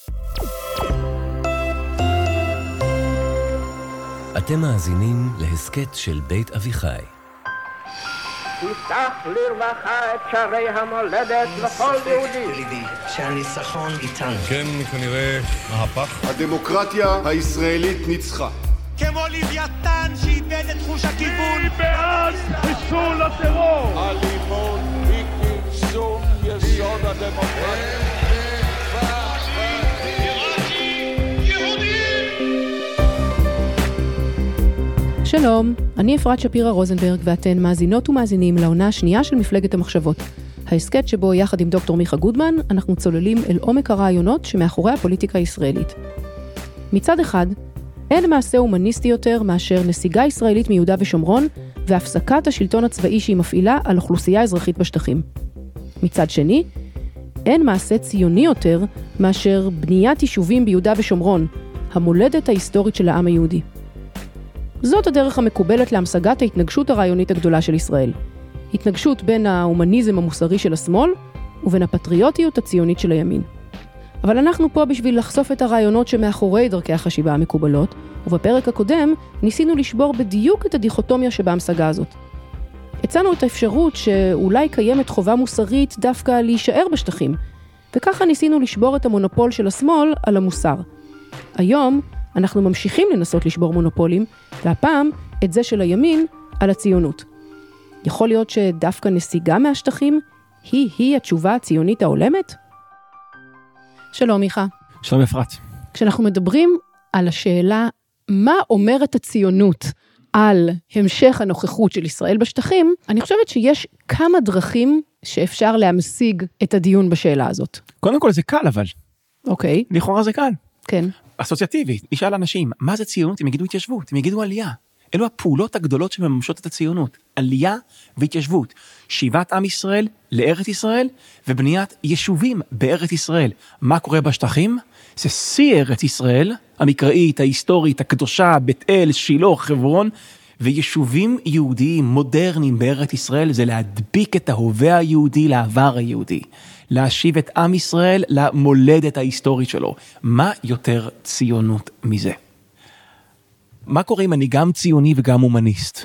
אתם מאזינים להסכת של בית אביחי. תפתח לרווחה את שערי המולדת לכל יהודי. שהניצחון איתנו. כן, כנראה מהפך. הדמוקרטיה הישראלית ניצחה. כמו לוויתן שאיבד את תחוש הכיוון. מי בעד חיסול הטרור? אלימות היא כרסום יסוד הדמוקרטיה. שלום, אני אפרת שפירה רוזנברג ואתן מאזינות ומאזינים לעונה השנייה של מפלגת המחשבות. ההסכת שבו יחד עם דוקטור מיכה גודמן אנחנו צוללים אל עומק הרעיונות שמאחורי הפוליטיקה הישראלית. מצד אחד, אין מעשה הומניסטי יותר מאשר נסיגה ישראלית מיהודה ושומרון והפסקת השלטון הצבאי שהיא מפעילה על אוכלוסייה אזרחית בשטחים. מצד שני, אין מעשה ציוני יותר מאשר בניית יישובים ביהודה ושומרון, המולדת ההיסטורית של העם היהודי. זאת הדרך המקובלת להמשגת ההתנגשות הרעיונית הגדולה של ישראל. התנגשות בין ההומניזם המוסרי של השמאל ובין הפטריוטיות הציונית של הימין. אבל אנחנו פה בשביל לחשוף את הרעיונות שמאחורי דרכי החשיבה המקובלות, ובפרק הקודם ניסינו לשבור בדיוק את הדיכוטומיה שבהמשגה הזאת. הצענו את האפשרות שאולי קיימת חובה מוסרית דווקא להישאר בשטחים, וככה ניסינו לשבור את המונופול של השמאל על המוסר. היום אנחנו ממשיכים לנסות לשבור מונופולים, והפעם את זה של הימין על הציונות. יכול להיות שדווקא נסיגה מהשטחים היא התשובה הציונית ההולמת? שלום מיכה. שלום אפרת. כשאנחנו מדברים על השאלה מה אומרת הציונות על המשך הנוכחות של ישראל בשטחים, אני חושבת שיש כמה דרכים שאפשר להמשיג את הדיון בשאלה הזאת. קודם כל זה קל אבל. אוקיי. לכאורה זה קל. כן. אסוציאטיבי, נשאל אנשים, מה זה ציונות? הם יגידו התיישבות, הם יגידו עלייה. אלו הפעולות הגדולות שמממשות את הציונות. עלייה והתיישבות. שיבת עם ישראל לארץ ישראל, ובניית יישובים בארץ ישראל. מה קורה בשטחים? זה שיא ארץ ישראל, המקראית, ההיסטורית, הקדושה, בית אל, שילה, חברון, ויישובים יהודיים מודרניים בארץ ישראל, זה להדביק את ההווה היהודי לעבר היהודי. להשיב את עם ישראל למולדת ההיסטורית שלו. מה יותר ציונות מזה? מה קורה אם אני גם ציוני וגם הומניסט?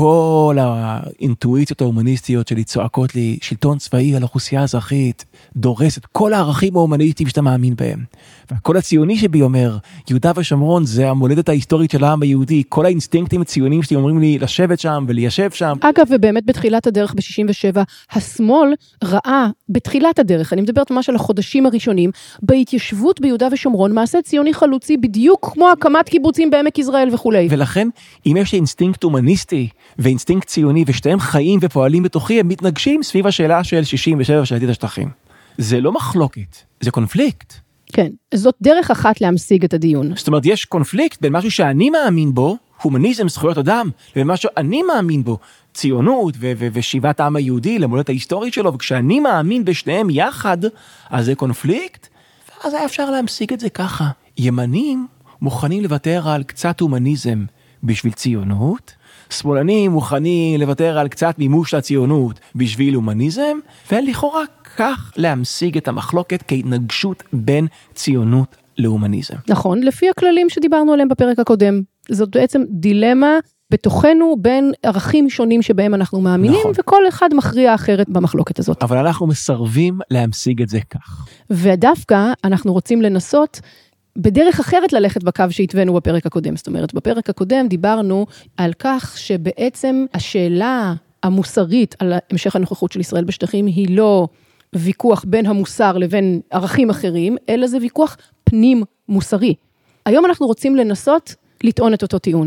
כל האינטואיציות ההומניסטיות שלי צועקות לי, שלטון צבאי על אוכלוסייה אזרחית, דורס את כל הערכים ההומניסטיים שאתה מאמין בהם. והכל הציוני שבי אומר, יהודה ושומרון זה המולדת ההיסטורית של העם היהודי, כל האינסטינקטים הציוניים שלי אומרים לי לשבת שם וליישב שם. אגב, ובאמת בתחילת הדרך ב-67, השמאל ראה בתחילת הדרך, אני מדברת ממש על החודשים הראשונים, בהתיישבות ביהודה ושומרון, מעשה ציוני חלוצי בדיוק כמו הקמת קיבוצים בעמק יזרעאל וכו'. ולכן, אם יש אינסטינקט הומניסטי ואינסטינקט ציוני ושתיהם חיים ופועלים בתוכי, הם מתנגשים סביב השאלה של 67 של עתיד השטחים. זה לא מחלוקת, זה קונפליקט. כן, זאת דרך אחת להמשיג את הדיון. זאת אומרת, יש קונפליקט בין משהו שאני מאמין בו, הומניזם, זכויות אדם, לבין משהו אני מאמין בו, ציונות ושיבת העם היהודי למולדת ההיסטורית שלו, וכשאני מאמין בשניהם יחד, אז זה קונפליקט, ואז היה אפשר להמשיג את זה ככה. ימנים מוכנים לוותר על קצת הומניזם בשביל ציונות, שמאלנים מוכנים לוותר על קצת מימוש לציונות בשביל הומניזם, ולכאורה כך להמשיג את המחלוקת כהתנגשות בין ציונות להומניזם. נכון, לפי הכללים שדיברנו עליהם בפרק הקודם. זאת בעצם דילמה בתוכנו בין ערכים שונים שבהם אנחנו מאמינים, נכון. וכל אחד מכריע אחרת במחלוקת הזאת. אבל אנחנו מסרבים להמשיג את זה כך. ודווקא אנחנו רוצים לנסות בדרך אחרת ללכת בקו שהתווינו בפרק הקודם. זאת אומרת, בפרק הקודם דיברנו על כך שבעצם השאלה המוסרית על המשך הנוכחות של ישראל בשטחים היא לא ויכוח בין המוסר לבין ערכים אחרים, אלא זה ויכוח פנים מוסרי. היום אנחנו רוצים לנסות לטעון את אותו טיעון,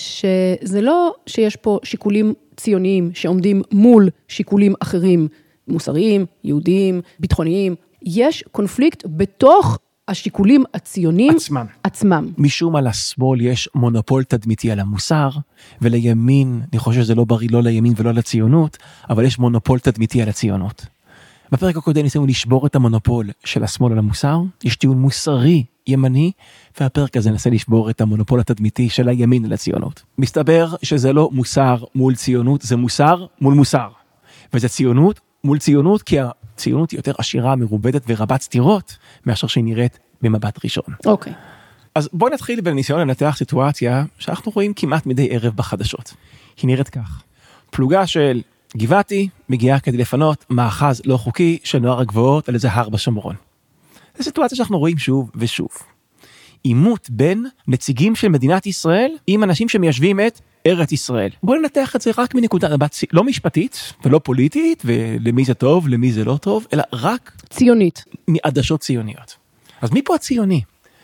שזה לא שיש פה שיקולים ציוניים שעומדים מול שיקולים אחרים, מוסריים, יהודיים, ביטחוניים. יש קונפליקט בתוך השיקולים הציונים עצמם. משום על השמאל יש מונופול תדמיתי על המוסר, ולימין, אני חושב שזה לא בריא לא לימין ולא לציונות, אבל יש מונופול תדמיתי על הציונות. בפרק הקודם ניסינו לשבור את המונופול של השמאל על המוסר, יש טיעון מוסרי ימני, והפרק הזה ננסה לשבור את המונופול התדמיתי של הימין לציונות. מסתבר שזה לא מוסר מול ציונות, זה מוסר מול מוסר. וזה ציונות מול ציונות, כי הציונות היא יותר עשירה, מרובדת ורבת סתירות, מאשר שהיא נראית במבט ראשון. אוקיי. אז בואו נתחיל בניסיון לנתח סיטואציה שאנחנו רואים כמעט מדי ערב בחדשות. היא נראית כך. פלוגה של גבעתי מגיעה כדי לפנות מאחז לא חוקי של נוער הגבעות על איזה הר בשומרון. זו סיטואציה שאנחנו רואים שוב ושוב. עימות בין נציגים של מדינת ישראל עם אנשים שמיישבים את ארץ ישראל. בואו ננתח את זה רק מנקודת מבט לא משפטית ולא פוליטית, ולמי זה טוב, למי זה לא טוב, אלא רק ציונית. מעדשות ציוניות. אז מי פה הציוני?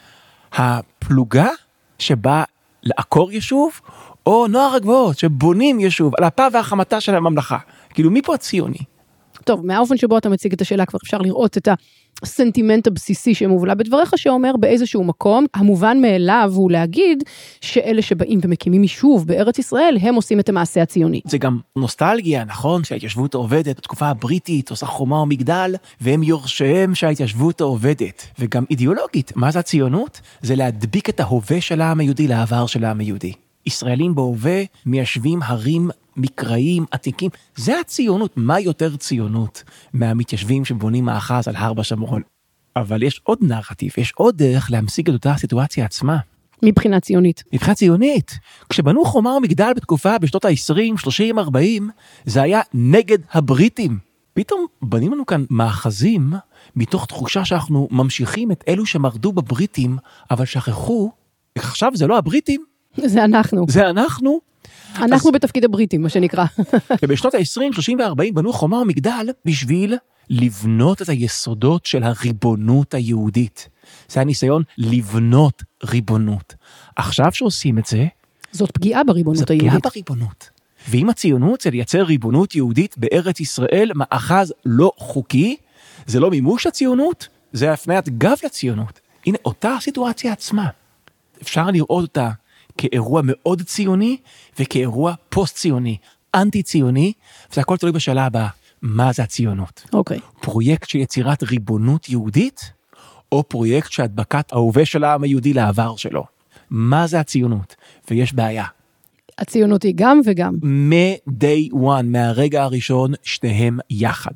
הפלוגה שבאה לעקור יישוב, או נוער הגבעות שבונים יישוב על הפה והחמתה של הממלכה? כאילו מי פה הציוני? טוב, מהאופן שבו אתה מציג את השאלה כבר אפשר לראות את הסנטימנט הבסיסי שמובלה בדבריך, שאומר באיזשהו מקום, המובן מאליו הוא להגיד שאלה שבאים ומקימים יישוב בארץ ישראל, הם עושים את המעשה הציוני. זה גם נוסטלגיה, נכון? שההתיישבות העובדת בתקופה הבריטית עושה חומה ומגדל, והם יורשיהם שההתיישבות העובדת. וגם אידיאולוגית, מה זה הציונות? זה להדביק את ההווה של העם היהודי לעבר של העם היהודי. ישראלים בהווה מיישבים הרים מקראיים, עתיקים. זה הציונות. מה יותר ציונות מהמתיישבים שבונים מאחז על הר בשומרון? אבל יש עוד נרטיב, יש עוד דרך להמשיג את אותה הסיטואציה עצמה. מבחינה ציונית. מבחינה ציונית. כשבנו חומה ומגדל בתקופה בשנות ה-20, 30, 40, זה היה נגד הבריטים. פתאום בנים לנו כאן מאחזים מתוך תחושה שאנחנו ממשיכים את אלו שמרדו בבריטים, אבל שכחו, עכשיו זה לא הבריטים, זה אנחנו. זה אנחנו. אנחנו בתפקיד הבריטים, מה שנקרא. ובשנות ה-20, 30 ו-40 בנו חומה ומגדל בשביל לבנות את היסודות של הריבונות היהודית. זה היה ניסיון לבנות ריבונות. עכשיו שעושים את זה, זאת פגיעה בריבונות היהודית. זאת פגיעה בריבונות. ואם הציונות זה לייצר ריבונות יהודית בארץ ישראל, מאחז לא חוקי, זה לא מימוש הציונות, זה הפניית גב לציונות. הנה, אותה הסיטואציה עצמה. אפשר לראות אותה כאירוע מאוד ציוני, וכאירוע פוסט-ציוני, אנטי-ציוני, וזה הכל תלוי בשאלה הבאה, מה זה הציונות? אוקיי. פרויקט של יצירת ריבונות יהודית, או פרויקט שהדבקת ההווה של העם היהודי לעבר שלו? מה זה הציונות? ויש בעיה. הציונות היא גם וגם. מ-day one, מהרגע הראשון, שניהם יחד.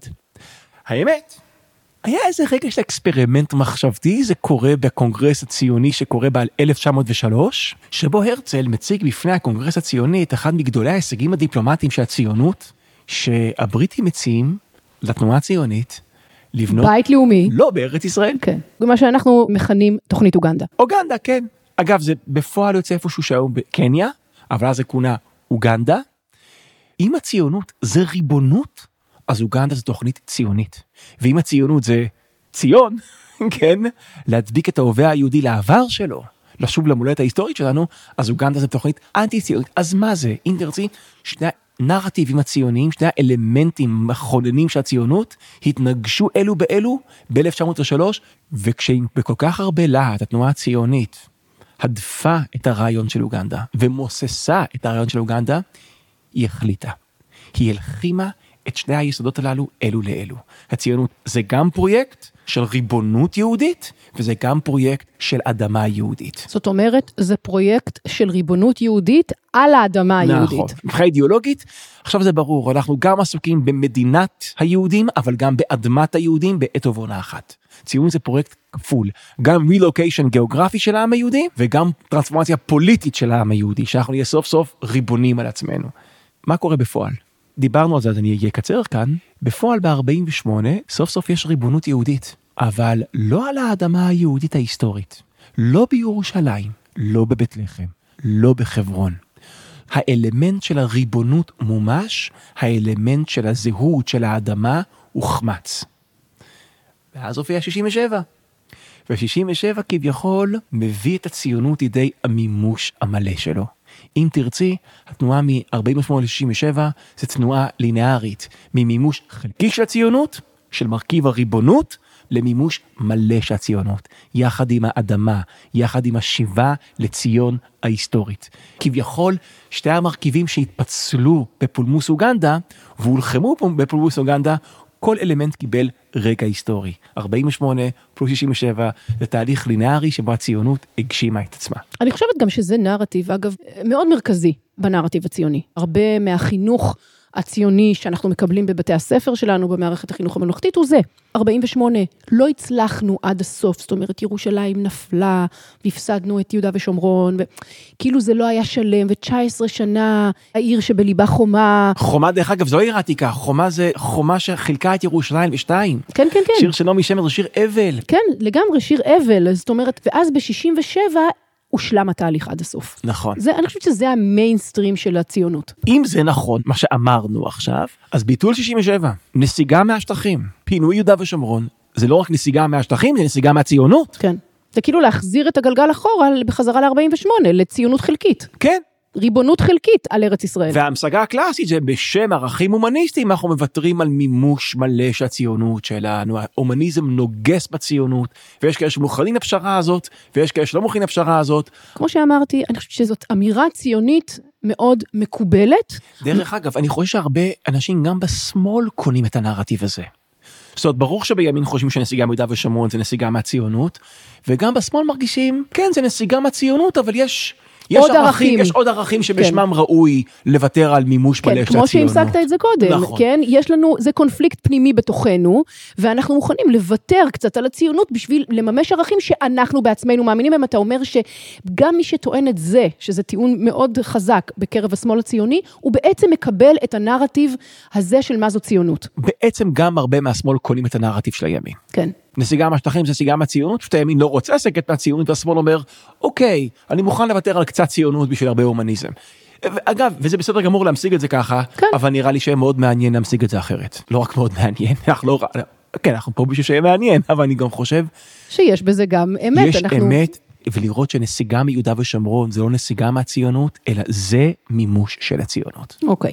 האמת, היה איזה רגע של אקספרימנט מחשבתי, זה קורה בקונגרס הציוני שקורה ב-1903, שבו הרצל מציג בפני הקונגרס הציוני את אחד מגדולי ההישגים הדיפלומטיים של הציונות, שהבריטים מציעים לתנועה הציונית לבנות... בית לאומי. לא, בארץ ישראל. כן. מה שאנחנו מכנים תוכנית אוגנדה. אוגנדה, כן. אגב, זה בפועל יוצא איפשהו שהיום בקניה, אבל אז זה כונה אוגנדה. אם הציונות זה ריבונות, אז אוגנדה זו תוכנית ציונית. ואם הציונות זה ציון, כן, להדביק את ההווה היהודי לעבר שלו, לשוב למולדת ההיסטורית שלנו, אז אוגנדה זו תוכנית אנטי-ציונית. אז מה זה? אם תרצי, שני הנרטיבים הציוניים, שני האלמנטים מכוננים של הציונות, התנגשו אלו באלו ב-1903, וכשבכל כך הרבה להט התנועה הציונית הדפה את הרעיון של אוגנדה, ומוססה את הרעיון של אוגנדה, היא החליטה. היא הלחימה את שני היסודות הללו אלו לאלו. הציונות זה גם פרויקט של ריבונות יהודית, וזה גם פרויקט של אדמה יהודית. זאת אומרת, זה פרויקט של ריבונות יהודית על האדמה היהודית. נכון. מבחינה אידיאולוגית, עכשיו זה ברור, אנחנו גם עסוקים במדינת היהודים, אבל גם באדמת היהודים בעת ובעונה אחת. ציונות זה פרויקט כפול, גם רילוקיישן גיאוגרפי של העם היהודי, וגם טרנספורמציה פוליטית של העם היהודי, שאנחנו נהיה סוף סוף ריבונים על עצמנו. מה קורה בפועל? דיברנו על זה, אז אני אקצר כאן. בפועל ב-48, סוף סוף יש ריבונות יהודית, אבל לא על האדמה היהודית ההיסטורית, לא בירושלים, לא בבית לחם, לא בחברון. האלמנט של הריבונות מומש, האלמנט של הזהות של האדמה הוחמץ. ואז הופיע 67. ו-67 כביכול מביא את הציונות לידי המימוש המלא שלו. אם תרצי, התנועה מ-48 ל-67 זה תנועה לינארית, ממימוש חלקי של הציונות, של מרכיב הריבונות, למימוש מלא של הציונות, יחד עם האדמה, יחד עם השיבה לציון ההיסטורית. כביכול, שתי המרכיבים שהתפצלו בפולמוס אוגנדה, והולחמו בפולמוס אוגנדה, כל אלמנט קיבל רגע היסטורי. 48 פלוס 67 זה תהליך לינארי שבו הציונות הגשימה את עצמה. אני חושבת גם שזה נרטיב, אגב, מאוד מרכזי בנרטיב הציוני. הרבה מהחינוך הציוני שאנחנו מקבלים בבתי הספר שלנו, במערכת החינוך הממלכתית, הוא זה. 48, לא הצלחנו עד הסוף, זאת אומרת, ירושלים נפלה, והפסדנו את יהודה ושומרון, כאילו זה לא היה שלם, ו19 שנה, העיר שבליבה חומה. חומה, דרך אגב, זו עיר עתיקה, חומה זה חומה שחילקה את ירושלים בשתיים. כן, כן, כן. שיר של נעמי שמר זה שיר אבל. כן, לגמרי, שיר אבל, זאת אומרת, ואז ב-67, הושלם התהליך עד הסוף. נכון. אני חושבת שזה המיינסטרים של הציונות. אם זה נכון, מה שאמרנו עכשיו, אז ביטול 67, נסיגה מהשטחים, פינוי יהודה ושומרון, זה לא רק נסיגה מהשטחים, זה נסיגה מהציונות. כן. זה כאילו להחזיר את הגלגל אחורה בחזרה ל-48, לציונות חלקית. כן. ריבונות חלקית על ארץ ישראל. וההמשגה הקלאסית זה בשם ערכים הומניסטיים, אנחנו מוותרים על מימוש מלא של הציונות שלנו, ההומניזם נוגס בציונות, ויש כאלה שמוכנים לפשרה הזאת, ויש כאלה שלא מוכנים לפשרה הזאת. כמו שאמרתי, אני חושבת שזאת אמירה ציונית מאוד מקובלת. דרך אגב, אני חושב שהרבה אנשים גם בשמאל קונים את הנרטיב הזה. זאת אומרת, ברור שבימין חושבים שנסיגה מיהודה ושומרון זה נסיגה מהציונות, וגם בשמאל מרגישים, כן, זה נסיגה מהציונות, אבל יש עוד ערכים שבשמם ראוי לוותר על מימוש מלא של הציונות. כמו שהמסקת את זה קודם, כן? יש לנו, זה קונפליקט פנימי בתוכנו, ואנחנו מוכנים לוותר קצת על הציונות בשביל לממש ערכים שאנחנו בעצמנו מאמינים בהם. אתה אומר שגם מי שטוען את זה, שזה טיעון מאוד חזק בקרב השמאל הציוני, הוא בעצם מקבל את הנרטיב הזה של מה זו ציונות. בעצם גם הרבה מהשמאל קונים את הנרטיב של הימין. כן. נסיגה מהשטחים זה נסיגה מהציונות, פשוט הימין לא רוצה לסגת מהציונות, והשמאל אומר, אוקיי, אני מוכן לוותר על קצת ציונות בשביל הרבה הומניזם. אגב, וזה בסדר גמור להמשיג את זה ככה, כן. אבל נראה לי שיהיה מאוד מעניין להמשיג את זה אחרת. לא רק מאוד מעניין, אנחנו פה בשביל שיהיה מעניין, אבל אני גם חושב שיש בזה גם אמת. יש אמת, ולראות שנסיגה מיהודה ושומרון זה לא נסיגה מהציונות, אלא זה מימוש של הציונות. אוקיי.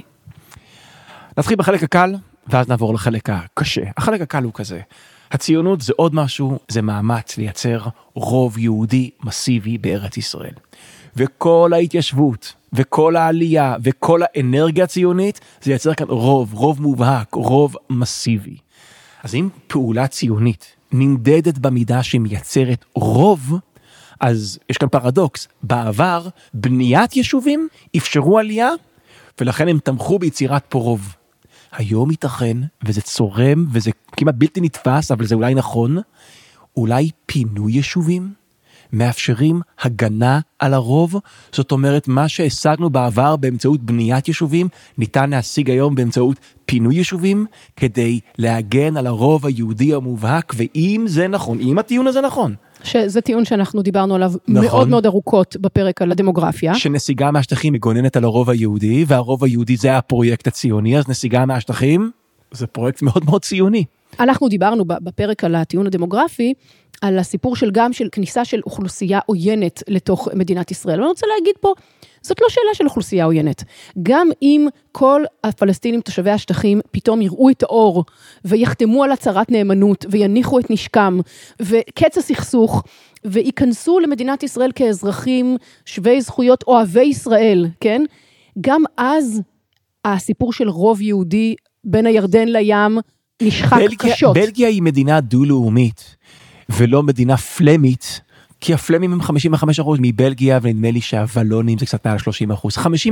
נתחיל בחלק הקל, ואז נעבור לחלק הקשה. החלק הקל הוא כזה. הציונות זה עוד משהו, זה מאמץ לייצר רוב יהודי מסיבי בארץ ישראל. וכל ההתיישבות, וכל העלייה, וכל האנרגיה הציונית, זה ייצר כאן רוב מובהק, רוב מסיבי. אז אם פעולה ציונית נמדדת במידה שמייצרת רוב, אז יש כאן פרדוקס. בעבר, בניית יישובים אפשרו עלייה, ולכן הם תמכו ביצירת פה רוב. היום ייתכן, וזה צורם, וזה כמעט בלתי נתפס, אבל זה אולי נכון, אולי פינוי יישובים מאפשרים הגנה על הרוב, זאת אומרת, מה שהשגנו בעבר באמצעות בניית יישובים, ניתן להשיג היום באמצעות פינוי יישובים, כדי להגן על הרוב היהודי המובהק, ואם זה נכון, אם הטיעון הזה נכון. שזה טיעון שאנחנו דיברנו עליו נכון. מאוד מאוד ארוכות בפרק על הדמוגרפיה. שנסיגה מהשטחים מגוננת על הרוב היהודי, והרוב היהודי זה הפרויקט הציוני, אז נסיגה מהשטחים זה פרויקט מאוד מאוד ציוני. אנחנו דיברנו בפרק על הטיעון הדמוגרפי, על הסיפור של גם של כניסה של אוכלוסייה עוינת לתוך מדינת ישראל. ואני רוצה להגיד פה, זאת לא שאלה של אוכלוסייה עוינת. גם אם כל הפלסטינים תושבי השטחים פתאום יראו את האור, ויחתמו על הצהרת נאמנות, ויניחו את נשקם, וקץ הסכסוך, וייכנסו למדינת ישראל כאזרחים שווי זכויות אוהבי ישראל, כן? גם אז הסיפור של רוב יהודי בין הירדן לים נשחק קשות. בלגיה היא מדינה דו-לאומית, ולא מדינה פלמית, כי הפלמים הם 55% מבלגיה, ונדמה לי שהוולונים זה קצת מעל 30%.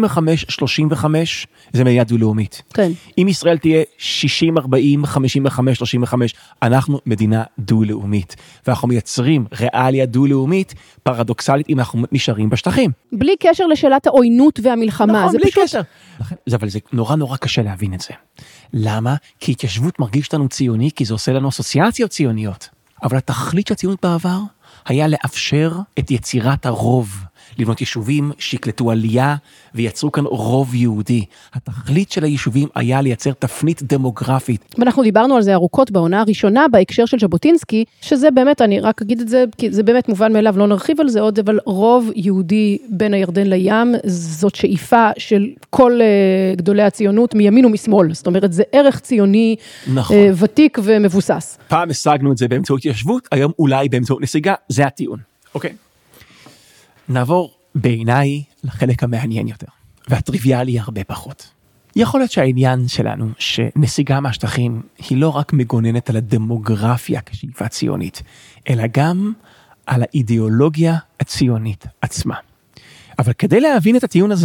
55-35 זה מדינה דו-לאומית. כן. אם ישראל תהיה 60-40, 55-35, אנחנו מדינה דו-לאומית. ואנחנו מייצרים ריאליה דו-לאומית, פרדוקסלית, אם אנחנו נשארים בשטחים. בלי קשר לשאלת העוינות והמלחמה. נכון, זה בלי פשוט... קשר. אבל זה נורא קשה להבין את זה. למה? כי התיישבות מרגיש לנו ציוני, כי זה עושה לנו אסוציאציות ציוניות. אבל התכלית של הציונות בעבר היה לאפשר את יצירת הרוב, לבנות יישובים שיקלטו עלייה ויצרו כאן רוב יהודי. התכלית של היישובים היה לייצר תפנית דמוגרפית. ואנחנו דיברנו על זה ארוכות בעונה הראשונה בהקשר של ז'בוטינסקי, שזה באמת, אני רק אגיד את זה, כי זה באמת מובן מאליו, לא נרחיב על זה עוד, אבל רוב יהודי בין הירדן לים, זאת שאיפה של כל גדולי הציונות מימין ומשמאל. זאת אומרת, זה ערך ציוני נכון. ותיק ומבוסס. פעם השגנו את זה באמצעות התיישבות, היום אולי באמצעות נסיגה, זה הטיעון. אוקיי. נעבור בעיניי לחלק המעניין יותר, והטריוויאלי הרבה פחות. יכול להיות שהעניין שלנו, שנסיגה מהשטחים, היא לא רק מגוננת על הדמוגרפיה כשאיפה ציונית, אלא גם על האידיאולוגיה הציונית עצמה. אבל כדי להבין את הטיעון הזה,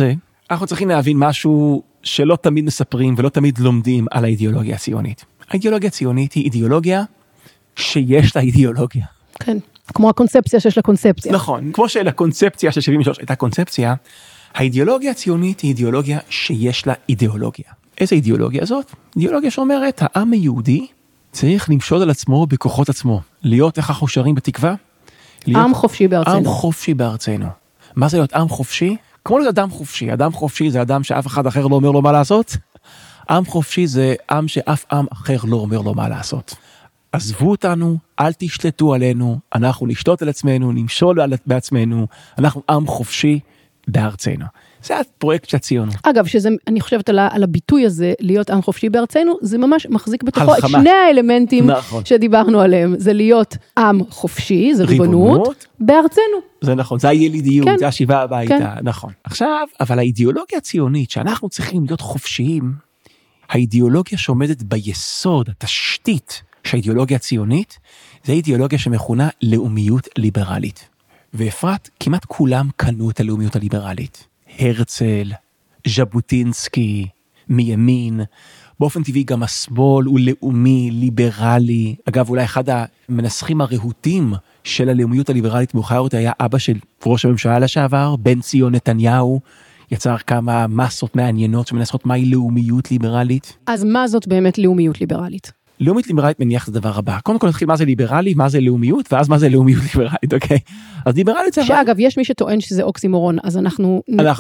אנחנו צריכים להבין משהו שלא תמיד מספרים ולא תמיד לומדים על האידיאולוגיה הציונית. האידיאולוגיה הציונית היא אידיאולוגיה שיש לה אידיאולוגיה. כן, כמו הקונספציה שיש לה קונספציה. נכון, כמו שלקונספציה של 73 הייתה קונספציה, האידיאולוגיה הציונית היא אידיאולוגיה שיש לה אידיאולוגיה. איזה אידיאולוגיה זאת? אידיאולוגיה שאומרת, העם היהודי צריך למשול על עצמו בכוחות עצמו. להיות, איך אנחנו שרים בתקווה? עם חופשי בארצנו. עם חופשי בארצנו. מה זה להיות עם חופשי? כמו להיות אדם חופשי. אדם חופשי זה אדם שאף אחד אחר לא אומר לו מה לעשות. עם חופשי זה עם שאף עם אחר לא אומר לו מה לעשות. עזבו אותנו, אל תשלטו עלינו, אנחנו נשלוט על עצמנו, נמשול בעצמנו, אנחנו עם חופשי בארצנו. זה הפרויקט של הציונות. אגב, אני חושבת על הביטוי הזה, להיות עם חופשי בארצנו, זה ממש מחזיק בתוכו את שני האלמנטים שדיברנו עליהם. זה להיות עם חופשי, זה ריבונות, בארצנו. זה נכון, זה הילידיות, זה השיבה הביתה, נכון. עכשיו, אבל האידיאולוגיה הציונית, שאנחנו צריכים להיות חופשיים, האידיאולוגיה שעומדת ביסוד, התשתית של האידיאולוגיה הציונית, זה אידיאולוגיה שמכונה לאומיות ליברלית. ואפרת, כמעט כולם קנו את הלאומיות הליברלית. הרצל, ז'בוטינסקי, מימין, באופן טבעי גם השמאל הוא לאומי, ליברלי. אגב, אולי אחד המנסחים הרהוטים של הלאומיות הליברלית מאוחר יותר היה אבא של ראש הממשלה לשעבר, בן ציון נתניהו, יצר כמה מסות מעניינות שמנסחות מהי לאומיות ליברלית. אז מה זאת באמת לאומיות ליברלית? לאומית ליברלית מניח את הדבר הבא. קודם כל נתחיל מה זה ליברלי, מה זה לאומיות, ואז מה זה לאומיות ליברלית, אוקיי? אז ליברלית זה... שאגב, יש מי שטוען שזה אוקסימורון, אז אנחנו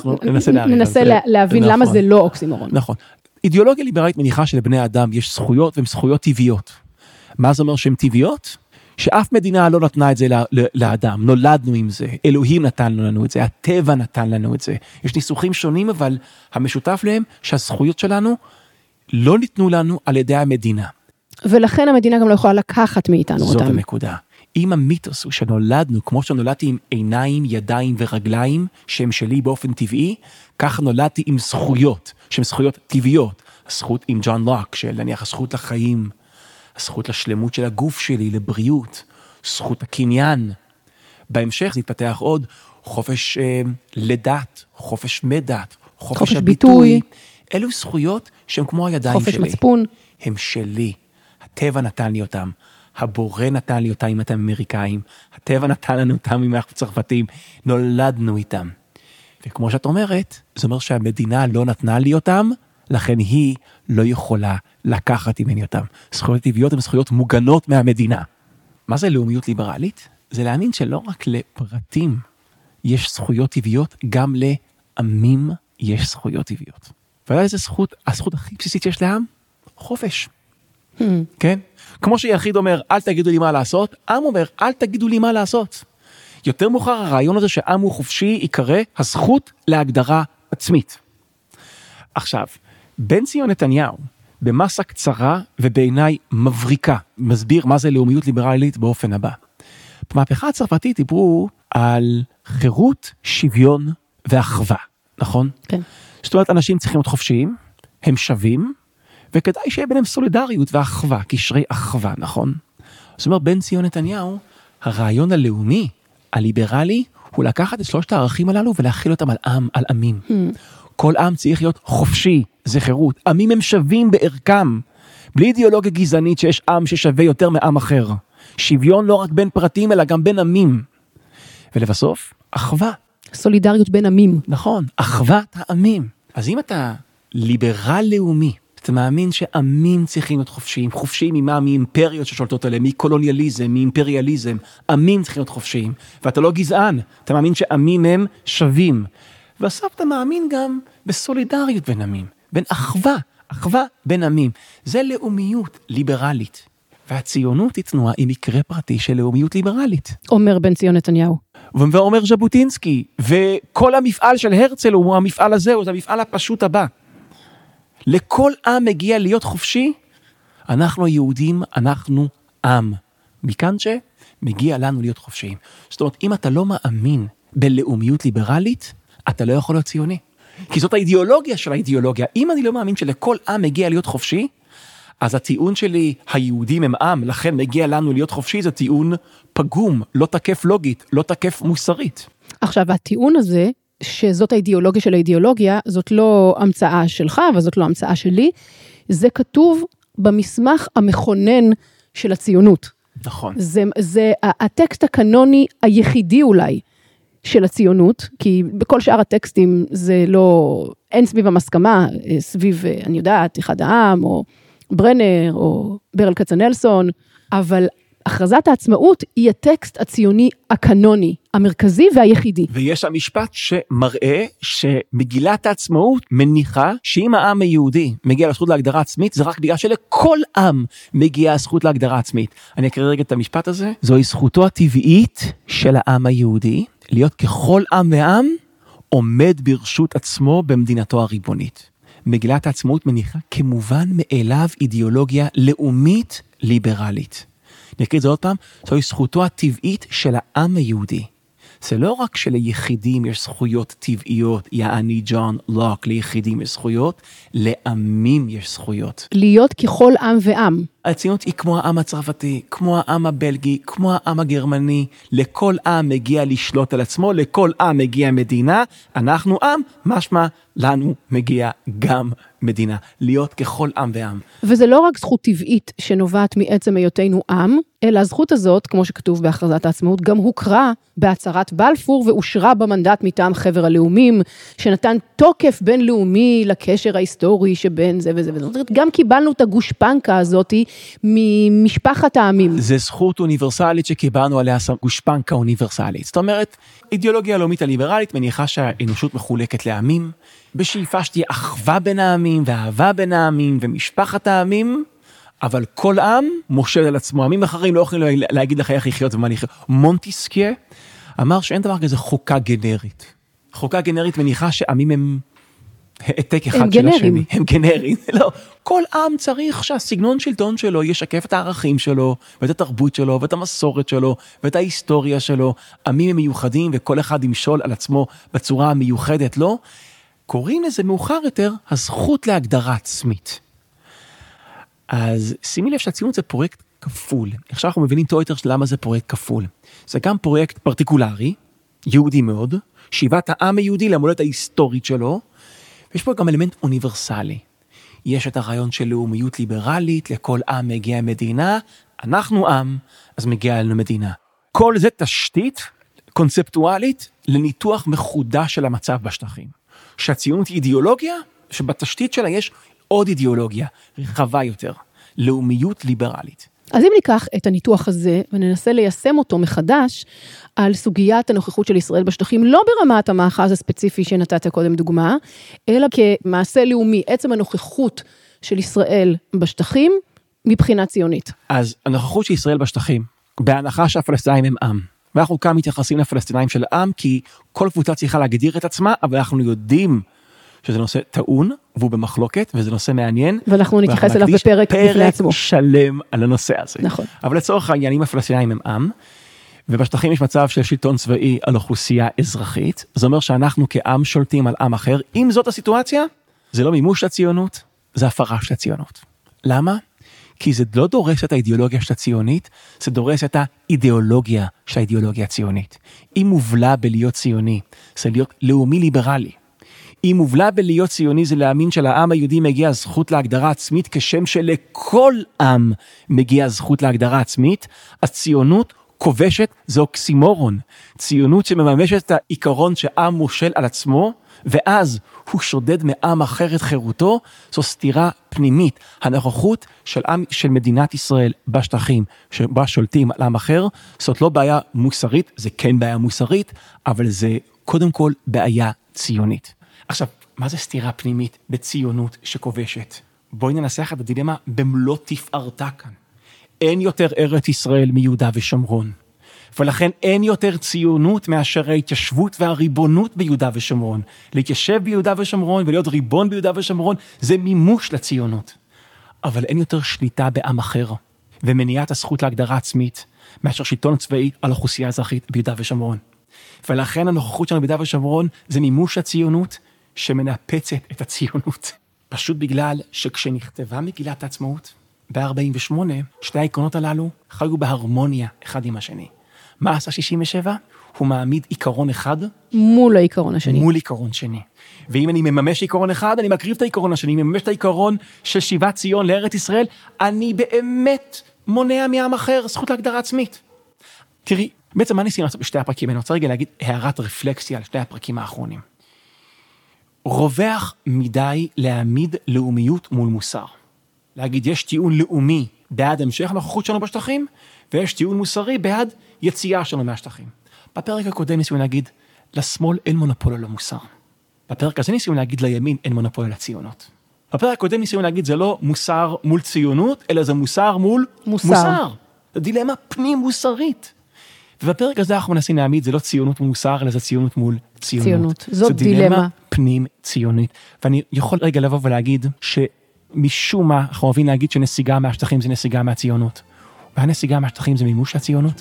ננסה להבין למה זה לא אוקסימורון. נכון. אידיאולוגיה ליברלית מניחה שלבני האדם יש זכויות, והן זכויות טבעיות. מה זה אומר שהן טבעיות? שאף מדינה לא נתנה את זה לאדם, נולדנו עם זה, אלוהים נתן לנו את זה, הטבע נתן לנו את זה. יש ניסוחים שונים, אבל המשותף להם שהזכויות שלנו לא ניתנו לנו על ידי המדינה. ולכן המדינה גם לא יכולה לקחת מאיתנו אותם. זאת הנקודה. אם המיתוס הוא שנולדנו, כמו שנולדתי עם עיניים, ידיים ורגליים, שהם שלי באופן טבעי, כך נולדתי עם זכויות, שהן זכויות טבעיות. הזכות עם ג'ון לוק, של נניח הזכות לחיים, הזכות לשלמות של הגוף שלי, לבריאות, זכות הקניין. בהמשך זה יתפתח עוד חופש לדת, חופש מדת, חופש הביטוי. אלו זכויות שהן כמו הידיים שלי. חופש מצפון. הם שלי. הטבע נתן לי אותם. הבורא נתן לי אותם אם אתם אמריקאים. הטבע נתן לנו אותם אם אנחנו צרפתים. נולדנו איתם. וכמו שאת אומרת, זה אומר שהמדינה לא נתנה לי אותם, לכן היא לא יכולה לקחת ממני אותם. זכויות טבעיות הן זכויות מוגנות מהמדינה. מה זה לאומיות ליברלית? זה להאמין שלא רק לפרטים יש זכויות טבעיות, גם לעמים יש זכויות טבעיות. ואיזה זכות, הזכות הכי בסיסית שיש לעם? חופש. כן? כמו שיחיד אומר, אל תגידו לי מה לעשות, עם אומר, אל תגידו לי מה לעשות. יותר מאוחר הרעיון הזה שעם הוא חופשי יקרא הזכות להגדרה עצמית. עכשיו, בן ציון נתניהו, במסה קצרה ובעיניי מבריקה, מסביר מה זה לאומיות ליברלית באופן הבא. במהפכה הצרפתית דיברו על חירות, שוויון ואחווה, נכון? כן. זאת אומרת, אנשים צריכים להיות חופשיים, הם שווים, וכדאי שיהיה ביניהם סולידריות ואחווה, קשרי אחווה, נכון? זאת אומרת, בן ציון נתניהו, הרעיון הלאומי, הליברלי, הוא לקחת את שלושת הערכים הללו ולהכיל אותם על עם, על עמים. כל עם צריך להיות חופשי, זה חירות. עמים הם שווים בערכם, בלי אידיאולוגיה גזענית שיש עם ששווה יותר מעם אחר. שוויון לא רק בין פרטים, אלא גם בין עמים. ולבסוף, אחווה. סולידריות בין עמים. נכון, אחוות העמים. אז אם אתה ליברל לאומי, אתה מאמין שעמים צריכים להיות חופשיים, חופשיים ממה? מאימפריות ששולטות עליהם, מקולוניאליזם, מאימפריאליזם, עמים צריכים להיות חופשיים, ואתה לא גזען, אתה מאמין שעמים הם שווים, ובסוף אתה מאמין גם בסולידריות בין עמים, בין אחווה בין עמים, זה לאומיות ליברלית, והציונות היא תנועה עם מקרה פרטי של לאומיות ליברלית. אומר בן ציון נתניהו. ואומר ז'בוטינסקי, וכל המפעל של הרצל הוא המפעל הזה, הוא המפעל הפשוט הבא. לכל עם מגיע להיות חופשי, אנחנו היהודים, אנחנו עם. מכאן שמגיע לנו להיות חופשיים. זאת אומרת, אם אתה לא מאמין בלאומיות ליברלית, אתה לא יכול להיות ציוני. כי זאת האידיאולוגיה של האידיאולוגיה. אם אני לא מאמין שלכל עם מגיע להיות חופשי, אז הטיעון שלי, היהודים הם עם, לכן מגיע לנו להיות חופשי, זה טיעון פגום, לא תקף לוגית, לא תקף מוסרית. עכשיו, הטיעון הזה, שזאת האידיאולוגיה של האידיאולוגיה, זאת לא המצאה שלך, וזאת לא המצאה שלי, זה כתוב במסמך המכונן של הציונות. נכון. זה הטקסט הקנוני היחידי אולי של הציונות, כי בכל שאר הטקסטים זה לא, אין סביב המסכמה, סביב, אני יודעת, אחד העם, או ברנר, או ברל כצנלסון, אבל הכרזת העצמאות היא הטקסט הציוני הקנוני, המרכזי והיחידי. ויש המשפט שמראה שמגילת העצמאות מניחה שאם העם היהודי מגיע לזכות להגדרה עצמית, זה רק בגלל שלכל עם מגיעה הזכות להגדרה עצמית. אני אקריא רגע את המשפט הזה. זוהי זכותו הטבעית של העם היהודי, להיות ככל עם ועם, עומד ברשות עצמו במדינתו הריבונית. מגילת העצמאות מניחה כמובן מאליו אידיאולוגיה לאומית ליברלית. נקריא את זה עוד פעם, זוהי זכותו הטבעית של העם היהודי. זה לא רק שליחידים יש זכויות טבעיות, יעני ג'ון לוק, ליחידים יש זכויות, לעמים יש זכויות. להיות ככל עם ועם. הציונות היא כמו העם הצרפתי, כמו העם הבלגי, כמו העם הגרמני, לכל עם מגיע לשלוט על עצמו, לכל עם מגיע מדינה, אנחנו עם, משמע לנו מגיע גם מדינה, להיות ככל עם ועם. וזה לא רק זכות טבעית שנובעת מעצם היותנו עם, אלא הזכות הזאת, כמו שכתוב בהכרזת העצמאות, גם הוכרה בהצהרת בלפור ואושרה במנדט מטעם חבר הלאומים, שנתן תוקף בינלאומי לקשר ההיסטורי שבין זה וזה וזה. גם קיבלנו את הגושפנקה הזאת ממשפחת העמים. זה זכות אוניברסלית שקיבלנו עליה גושפנקה אוניברסלית. זאת אומרת, אידיאולוגיה הלאומית הליברלית מניחה שהאנושות מחולקת לעמים, בשאיפה שתהיה אחווה בין העמים, ואהבה בין העמים, ומשפחת העמים, אבל כל עם מושל על עצמו. עמים אחרים לא יכולים להגיד לך איך לחיות ומה לחיות. מונטסקיה אמר שאין דבר כזה חוקה גנרית. חוקה גנרית מניחה שעמים הם העתק אחד של השני. הם גנרים. לא. כל עם צריך שהסגנון שלטון שלו ישקף את הערכים שלו, ואת התרבות שלו, ואת המסורת שלו, ואת ההיסטוריה שלו. עמים הם מיוחדים, וכל אחד ימשול על עצמו בצורה המיוחדת, לא? קוראים לזה מאוחר יותר הזכות להגדרה עצמית. אז שימי לב שהציונות זה פרויקט כפול. עכשיו אנחנו מבינים טוב יותר למה זה פרויקט כפול. זה גם פרויקט פרטיקולרי, יהודי מאוד, שיבת העם היהודי למולדת ההיסטורית שלו, ויש פה גם אלמנט אוניברסלי. יש את הרעיון של לאומיות ליברלית, לכל עם מגיע מדינה, אנחנו עם, אז מגיע לנו מדינה. כל זה תשתית קונספטואלית לניתוח מחודש של המצב בשטחים. שהציונות היא אידיאולוגיה, שבתשתית שלה יש עוד אידיאולוגיה, רחבה יותר, לאומיות ליברלית. אז אם ניקח את הניתוח הזה, וננסה ליישם אותו מחדש, על סוגיית הנוכחות של ישראל בשטחים, לא ברמת המאחז הספציפי שנתת קודם דוגמה, אלא כמעשה לאומי, עצם הנוכחות של ישראל בשטחים, מבחינה ציונית. אז הנוכחות של ישראל בשטחים, בהנחה שהפלסטינאים הם עם, ואנחנו כאן מתייחסים לפלסטינאים של עם, כי כל קבוצה צריכה להגדיר את עצמה, אבל אנחנו יודעים שזה נושא טעון, והוא במחלוקת, וזה נושא מעניין. ואנחנו נתייחס אליו בפרק בפני עצמו. פרק שלם על הנושא הזה. נכון. אבל לצורך העניינים הפלסטינאים הם עם, ובשטחים יש מצב של שלטון צבאי על אוכלוסייה אזרחית, זה אומר שאנחנו כעם שולטים על עם אחר. אם זאת הסיטואציה, זה לא מימוש לציונות, זה הפרה של הציונות. למה? כי זה לא דורס את האידיאולוגיה של הציונית, זה דורס את האידיאולוגיה של האידיאולוגיה הציונית. אם מובלה בלהיות ציוני, זה להיות לאומי ליברלי. אם מובלה בלהיות ציוני, זה להאמין שלעם היהודי מגיע זכות להגדרה עצמית, כשם שלכל עם מגיע זכות להגדרה עצמית, אז ציונות כובשת זה אוקסימורון. ציונות שמממשת את העיקרון שעם מושל על עצמו, ואז הוא שודד מעם אחר את חירותו, זו סתירה פנימית. הנוכחות של מדינת ישראל בשטחים, שבה שולטים על עם אחר, זאת לא בעיה מוסרית, זה כן בעיה מוסרית, אבל זה קודם כל בעיה ציונית. עכשיו, מה זה סתירה פנימית בציונות שכובשת? בואי ננסח את הדילמה במלוא תפארתה כאן. אין יותר ארץ ישראל מיהודה ושומרון. ולכן אין יותר ציונות מאשר ההתיישבות והריבונות ביהודה ושומרון. להתיישב ביהודה ושומרון ולהיות ריבון ביהודה ושומרון זה מימוש לציונות. אבל אין יותר שליטה בעם אחר, ומניעת הזכות להגדרה עצמית מאשר שלטון צבאי על אוכלוסייה אזרחית ביהודה ושומרון. ולכן הנוכחות שלנו ביהודה ושומרון זה מימוש הציונות שמנפצת את הציונות. פשוט בגלל שכשנכתבה מגילת העצמאות ב-48, שתי העקרונות הללו חיו בהרמוניה אחד עם השני. מה עשה 67? הוא מעמיד עיקרון אחד. מול העיקרון השני. מול עיקרון שני. ואם אני מממש עיקרון אחד, אני מקריב את העיקרון השני, אני מממש את העיקרון של שיבת ציון לארץ ישראל, אני באמת מונע מעם אחר זכות להגדרה עצמית. תראי, בעצם מה ניסינו לעשות בשתי הפרקים? אני רוצה רגע להגיד הערת רפלקסיה על שתי הפרקים האחרונים. רווח מדי להעמיד לאומיות מול מוסר. להגיד, יש טיעון לאומי בעד המשך הנוכחות שלנו בשטחים, ויש טיעון מוסרי בעד יציאה שלנו מהשטחים. בפרק הקודם ניסינו להגיד, לשמאל אין מונופול על המוסר. בפרק הזה ניסינו להגיד, לימין אין מונופול על הציונות. בפרק הקודם ניסינו להגיד, זה לא מוסר מול ציונות, אלא זה מוסר מול מוסר. זה דילמה פנים מוסרית. ובפרק הזה אנחנו מנסים להעמיד, זה לא ציונות מול מוסר, אלא זה ציונות מול ציונות. זאת דילמה פנים ציונית. ואני יכול רגע לבוא ולהגיד, שמשום מה אנחנו אוהבים להגיד שנסיגה מהשטחים זה נסיגה מהציונות. והנסיגה מהשטחים זה מימוש הציונות.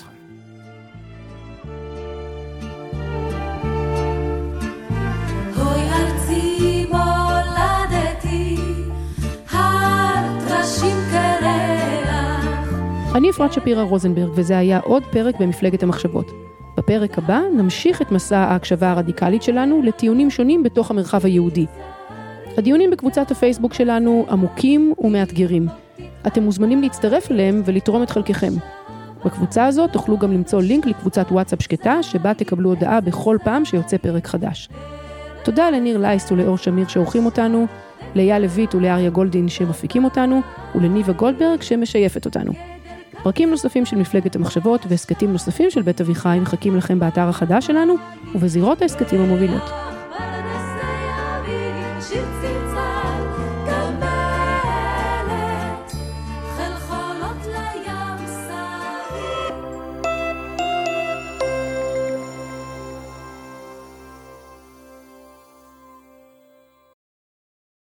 אני אפרת שפירא רוזנברג, וזה היה עוד פרק במפלגת המחשבות. בפרק הבא נמשיך את מסע ההקשבה הרדיקלית שלנו לטיעונים שונים בתוך המרחב היהודי. הדיונים בקבוצת הפייסבוק שלנו עמוקים ומאתגרים. אתם מוזמנים להצטרף אליהם ולתרום את חלקכם. בקבוצה הזאת תוכלו גם למצוא לינק לקבוצת וואטסאפ שקטה, שבה תקבלו הודעה בכל פעם שיוצא פרק חדש. תודה לניר לייסט ולאור שמיר שעורכים אותנו, לאייל לויט ולאריה גולדין שמפיקים אותנו, ולניבה גולדברג שמשייפת אותנו. פרקים נוספים של מפלגת המחשבות והסקטים נוספים של בית אביחי מחכים לכם באתר החדש שלנו ובזירות ההסקטים המובילות.